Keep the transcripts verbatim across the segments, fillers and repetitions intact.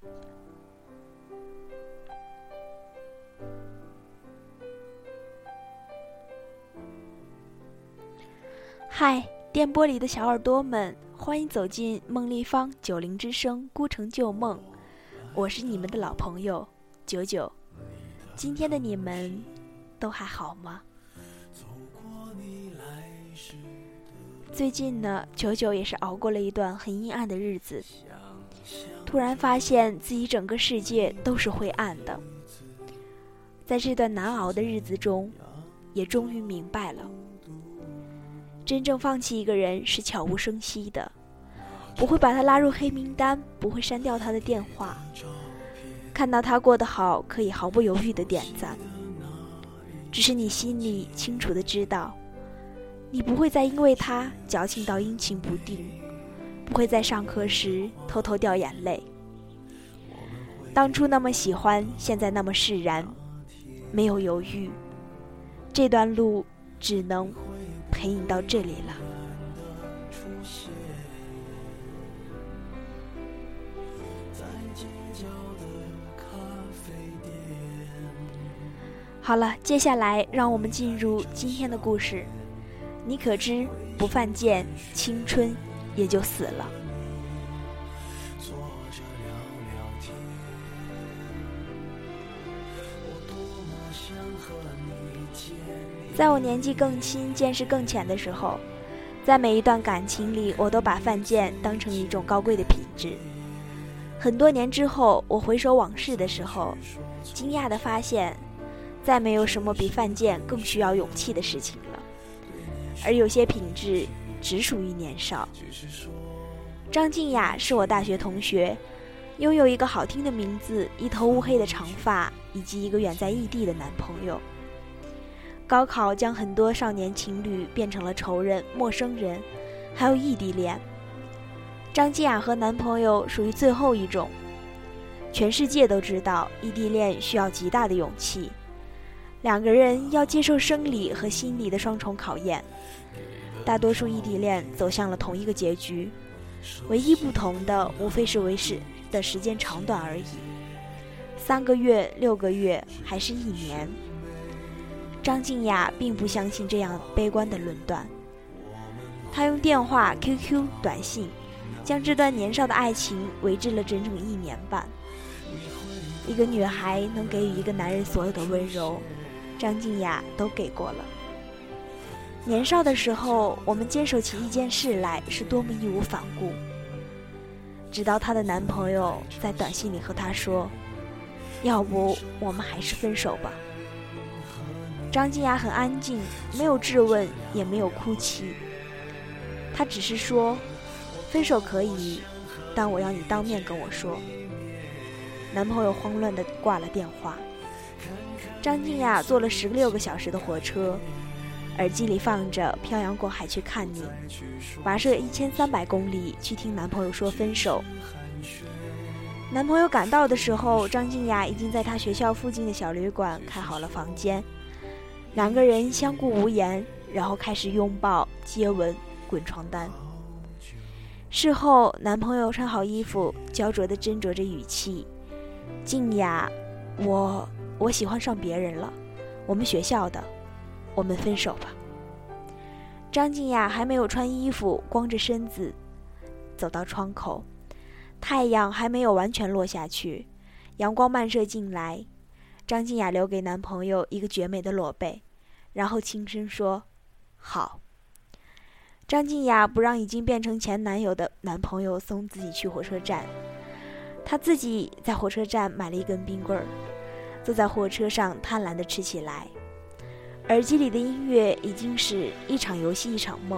嗨，电波里的小耳朵们，欢迎走进梦立方九零之声孤城旧梦，我是你们的老朋友九九。今天的你们都还好吗？最近呢，九九也是熬过了一段很阴暗的日子，突然发现自己整个世界都是灰暗的。在这段难熬的日子中，也终于明白了，真正放弃一个人是悄无声息的，不会把他拉入黑名单，不会删掉他的电话，看到他过得好，可以毫不犹豫的点赞。只是你心里清楚的知道，你不会再因为他矫情到阴晴不定，不会在上课时偷偷掉眼泪。当初那么喜欢，现在那么释然，没有犹豫，这段路只能陪你到这里了。好了，接下来让我们进入今天的故事。你可知不犯贱，青春也就死了。在我年纪更轻、见识更浅的时候，在每一段感情里，我都把犯贱当成一种高贵的品质。很多年之后，我回首往事的时候，惊讶地发现，再没有什么比犯贱更需要勇气的事情了。而有些品质只属于年少。张静雅是我大学同学，拥有一个好听的名字，一头乌黑的长发，以及一个远在异地的男朋友。高考将很多少年情侣变成了仇人、陌生人，还有异地恋。张静雅和男朋友属于最后一种。全世界都知道，异地恋需要极大的勇气，两个人要接受生理和心理的双重考验。大多数异地恋走向了同一个结局，唯一不同的无非是维持的时间长短而已，三个月、六个月，还是一年。张静雅并不相信这样悲观的论断，她用电话、Q Q、短信将这段年少的爱情维持了整整一年半。一个女孩能给予一个男人所有的温柔，张静雅都给过了。年少的时候，我们坚守起一件事来是多么义无反顾，直到她的男朋友在短信里和她说，要不我们还是分手吧。张静雅很安静，没有质问，也没有哭泣，她只是说，分手可以，但我要你当面跟我说。男朋友慌乱地挂了电话。张静雅坐了十六个小时的火车，耳机里放着漂洋过海去看你，跋涉一千三百公里去听男朋友说分手。男朋友赶到的时候，张静雅已经在他学校附近的小旅馆开好了房间，两个人相顾无言，然后开始拥抱、接吻、滚床单。事后，男朋友穿好衣服，焦灼地斟酌着语气，静雅，我我喜欢上别人了，我们学校的，我们分手吧。张静雅还没有穿衣服，光着身子走到窗口，太阳还没有完全落下去，阳光漫射进来。张静雅留给男朋友一个绝美的裸背，然后轻声说，好。张静雅不让已经变成前男友的男朋友送自己去火车站，她自己在火车站买了一根冰棍儿，坐在火车上贪婪地吃起来。耳机里的音乐已经是一场游戏一场梦。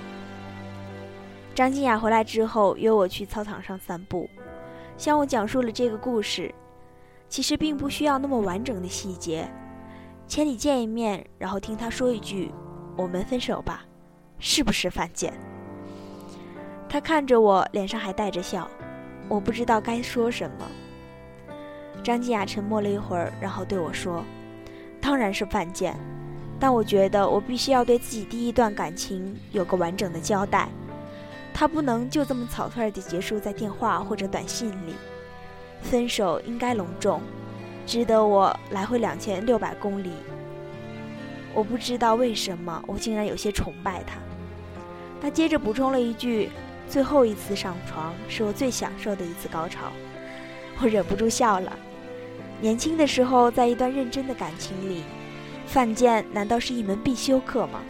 张静雅回来之后约我去操场上散步，向我讲述了这个故事。其实并不需要那么完整的细节，千里见一面，然后听他说一句，我们分手吧，是不是犯贱？他看着我，脸上还带着笑，我不知道该说什么。张静雅沉默了一会儿，然后对我说，当然是犯贱，但我觉得我必须要对自己第一段感情有个完整的交代，它不能就这么草率地结束在电话或者短信里。 分手应该隆重，值得我来回两千六百公里。我不知道为什么，我竟然有些崇拜他。他接着补充了一句，最后一次上床是我最享受的一次高潮。我忍不住笑了。年轻的时候，在一段认真的感情里，犯贱难道是一门必修课吗？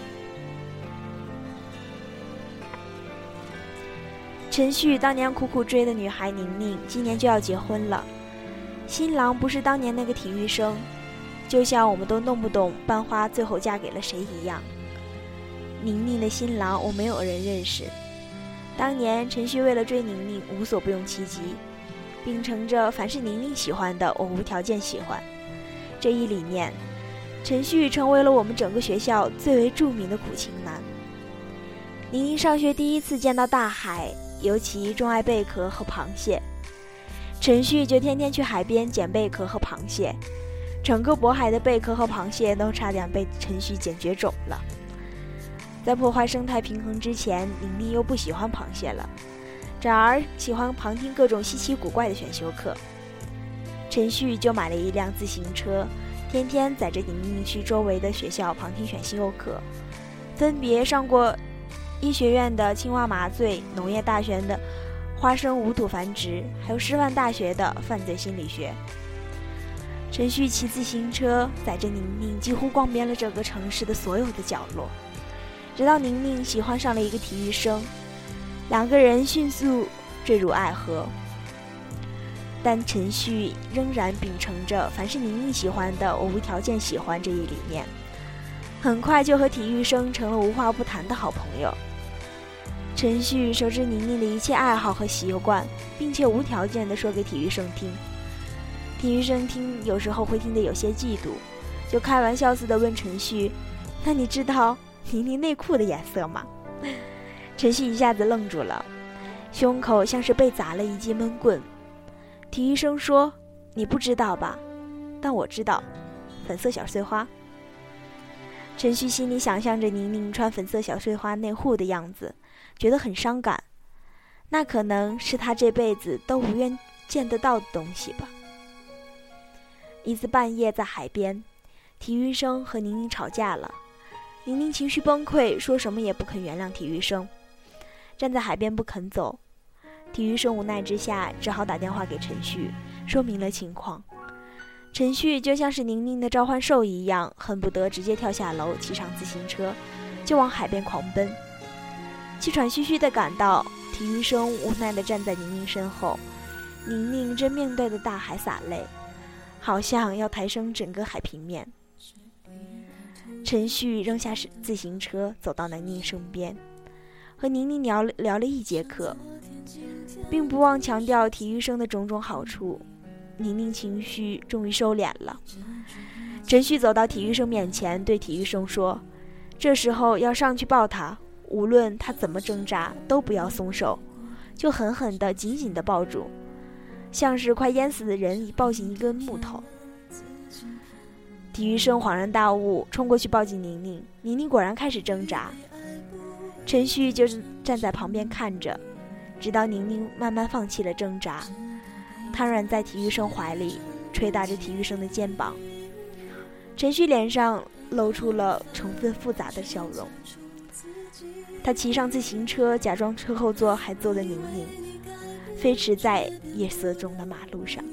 陈旭当年苦苦追的女孩宁宁，今年就要结婚了。新郎不是当年那个体育生，就像我们都弄不懂班花最后嫁给了谁一样。宁宁的新郎我没有人认识。当年陈旭为了追宁宁，无所不用其极，秉承着凡是宁宁喜欢的，我无条件喜欢这一理念，陈旭成为了我们整个学校最为著名的苦情男。宁宁上学第一次见到大海，尤其钟爱贝壳和螃蟹，陈旭就天天去海边捡贝壳和螃蟹，整个渤海的贝壳和螃蟹都差点被陈旭捡绝种了。在破坏生态平衡之前，宁宁又不喜欢螃蟹了，转而喜欢旁听各种稀奇古怪的选修课。陈旭就买了一辆自行车，天天载着宁宁去周围的学校旁听选修课，分别上过医学院的青蛙麻醉，农业大学的花生无土繁殖，还有师范大学的犯罪心理学。陈旭骑自行车载着宁宁几乎逛遍了整个城市的所有的角落，直到宁宁喜欢上了一个体育生，两个人迅速坠入爱河。但陈旭仍然秉承着凡是宁宁喜欢的，我无条件喜欢这一理念，很快就和体育生成了无话不谈的好朋友。陈旭熟知宁宁的一切爱好和习惯，并且无条件地说给体育生听。体育生听有时候会听得有些嫉妒，就开玩笑似的问陈旭，那你知道宁宁内裤的颜色吗？陈旭一下子愣住了，胸口像是被砸了一记闷棍。体育生说，你不知道吧？但我知道，粉色小碎花。陈旭心里想象着宁宁穿粉色小碎花内裤的样子，觉得很伤感，那可能是他这辈子都无缘见得到的东西吧。一次半夜在海边，体育生和宁宁吵架了，宁宁情绪崩溃，说什么也不肯原谅体育生，站在海边不肯走。体育生无奈之下只好打电话给陈旭，说明了情况。陈旭就像是宁宁的召唤兽一样，恨不得直接跳下楼，骑上自行车就往海边狂奔。气喘吁吁地赶到，体育生无奈地站在宁宁身后，宁宁正面对着大海洒泪，好像要抬升整个海平面。陈旭扔下自行车，走到宁宁身边，和宁宁聊聊了一节课，并不忘强调体育生的种种好处。宁宁情绪终于收敛了。陈旭走到体育生面前，对体育生说，这时候要上去抱他，无论他怎么挣扎都不要松手，就狠狠地紧紧地抱住，像是快淹死的人抱紧一根木头。体育生恍然大悟，冲过去抱紧宁宁，宁宁果然开始挣扎。陈旭就是站在旁边看着，直到宁宁慢慢放弃了挣扎，瘫软在体育生怀里，捶打着体育生的肩膀。陈旭脸上露出了成分复杂的笑容，他骑上自行车，假装车后座还坐着宁宁，飞驰在夜色中的马路上。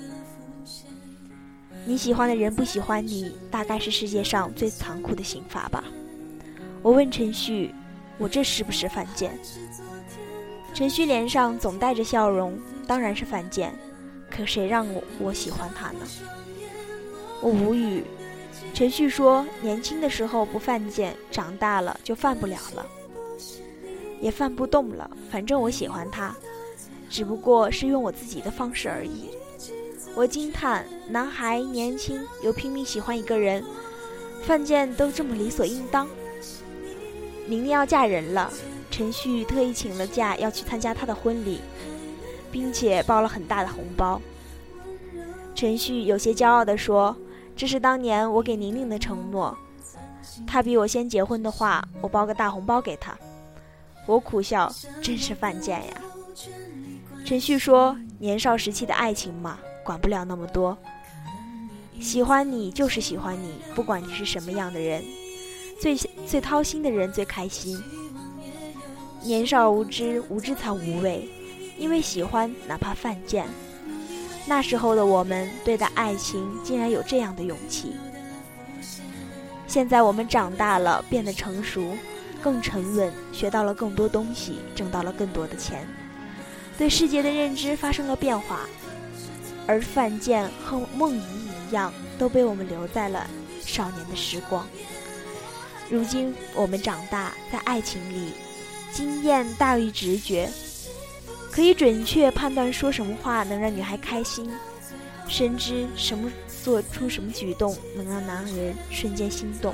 你喜欢的人不喜欢你，大概是世界上最残酷的刑罚吧。我问陈旭，我这是不是犯贱？陈旭脸上总带着笑容，当然是犯贱，可谁让我我喜欢他呢？我无语。陈旭说，年轻的时候不犯贱，长大了就犯不了了，也犯不动了，反正我喜欢他，只不过是用我自己的方式而已。我惊叹，男孩年轻又拼命喜欢一个人，犯贱都这么理所应当。宁宁要嫁人了，陈旭特意请了假要去参加她的婚礼，并且包了很大的红包。陈旭有些骄傲地说，这是当年我给宁宁的承诺，她比我先结婚的话，我包个大红包给她。我苦笑，真是犯贱呀。 陈旭说，年少时期的爱情嘛，管不了那么多，喜欢你就是喜欢你，不管你是什么样的人，最最掏心的人最开心。年少无知，无知才无畏，因为喜欢哪怕犯贱。那时候的我们对待爱情竟然有这样的勇气。现在我们长大了，变得成熟，更沉稳，学到了更多东西，挣到了更多的钱，对世界的认知发生了变化，而犯贱和梦遗一样，都被我们留在了少年的时光。如今我们长大，在爱情里经验大于直觉，可以准确判断说什么话能让女孩开心，深知什么做出什么举动能让男人瞬间心动。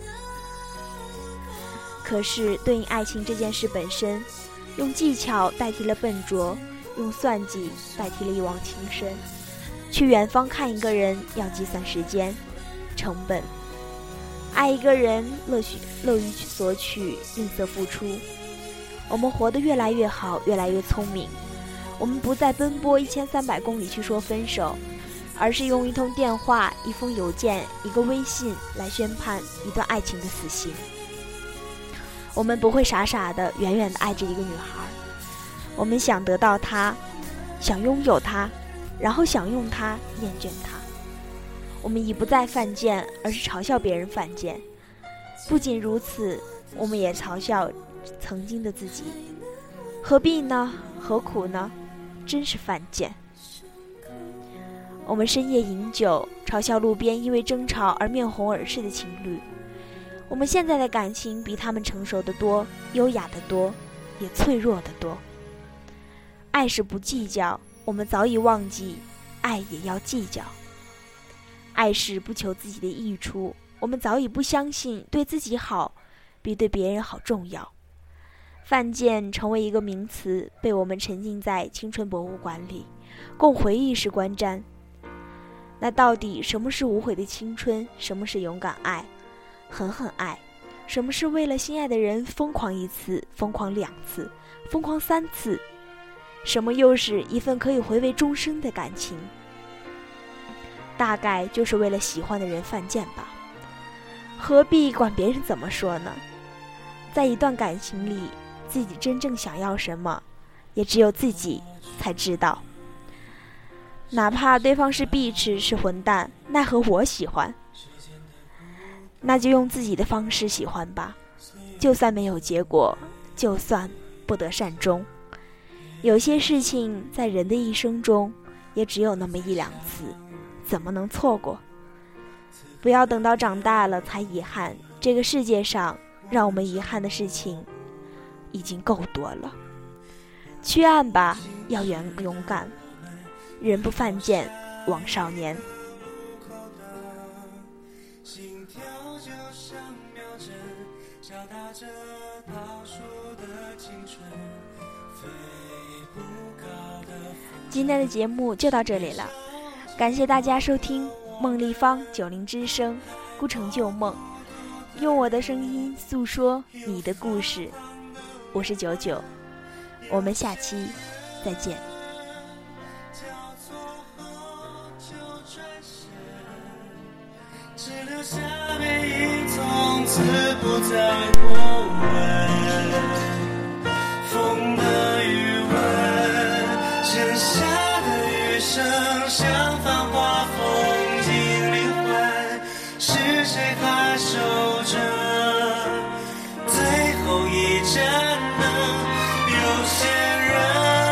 可是对应爱情这件事本身，用技巧代替了笨拙，用算计代替了一往情深。去远方看一个人要计算时间、成本，爱一个人乐许乐于索取，吝啬付出。我们活得越来越好，越来越聪明。我们不再奔波一千三百公里去说分手，而是用一通电话、一封邮件、一个微信来宣判一段爱情的死刑。我们不会傻傻的远远的爱着一个女孩，我们想得到她，想拥有她，然后想用她，厌倦她。我们已不再犯贱，而是嘲笑别人犯贱。不仅如此，我们也嘲笑曾经的自己。何必呢？何苦呢？真是犯贱。我们深夜饮酒，嘲笑路边因为争吵而面红耳赤的情侣。我们现在的感情比他们成熟得多，优雅得多，也脆弱得多。爱是不计较，我们早已忘记，爱也要计较。爱是不求自己的益处，我们早已不相信对自己好比对别人好重要。犯贱成为一个名词，被我们沉浸在青春博物馆里，供回忆式观瞻。那到底什么是无悔的青春？什么是勇敢爱？狠狠爱？什么是为了心爱的人疯狂一次、疯狂两次、疯狂三次？什么又是一份可以回味终生的感情？大概就是为了喜欢的人犯贱吧。何必管别人怎么说呢？在一段感情里，自己真正想要什么，也只有自己才知道。哪怕对方是碧池是混蛋，奈何我喜欢，那就用自己的方式喜欢吧。就算没有结果，就算不得善终，有些事情在人的一生中也只有那么一两次，怎么能错过？不要等到长大了才遗憾，这个世界上让我们遗憾的事情已经够多了。去爱吧，要勇敢，人不犯贱，枉少年。今天的节目就到这里了，感谢大家收听梦立方九零之声，孤城旧梦，用我的声音诉说你的故事。我是九九，我们下期再见。只留下背影，从此不再过问风的余温，剩下的余生像繁华风景灵魂，是谁还守着最后一盏灯？有些人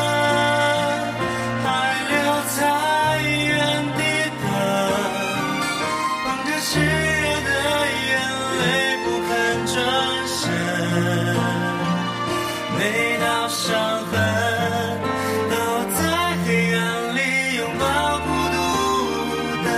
还留在原地等，捧着炽热的眼泪不肯转身，每道伤痕都在黑暗里拥抱孤独的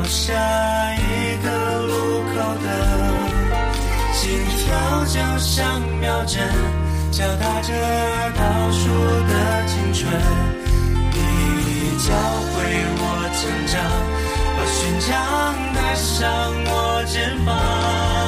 下一个路口的心跳，就像秒针敲打着倒数的青春。你教会我成长，把勋章带上我肩膀。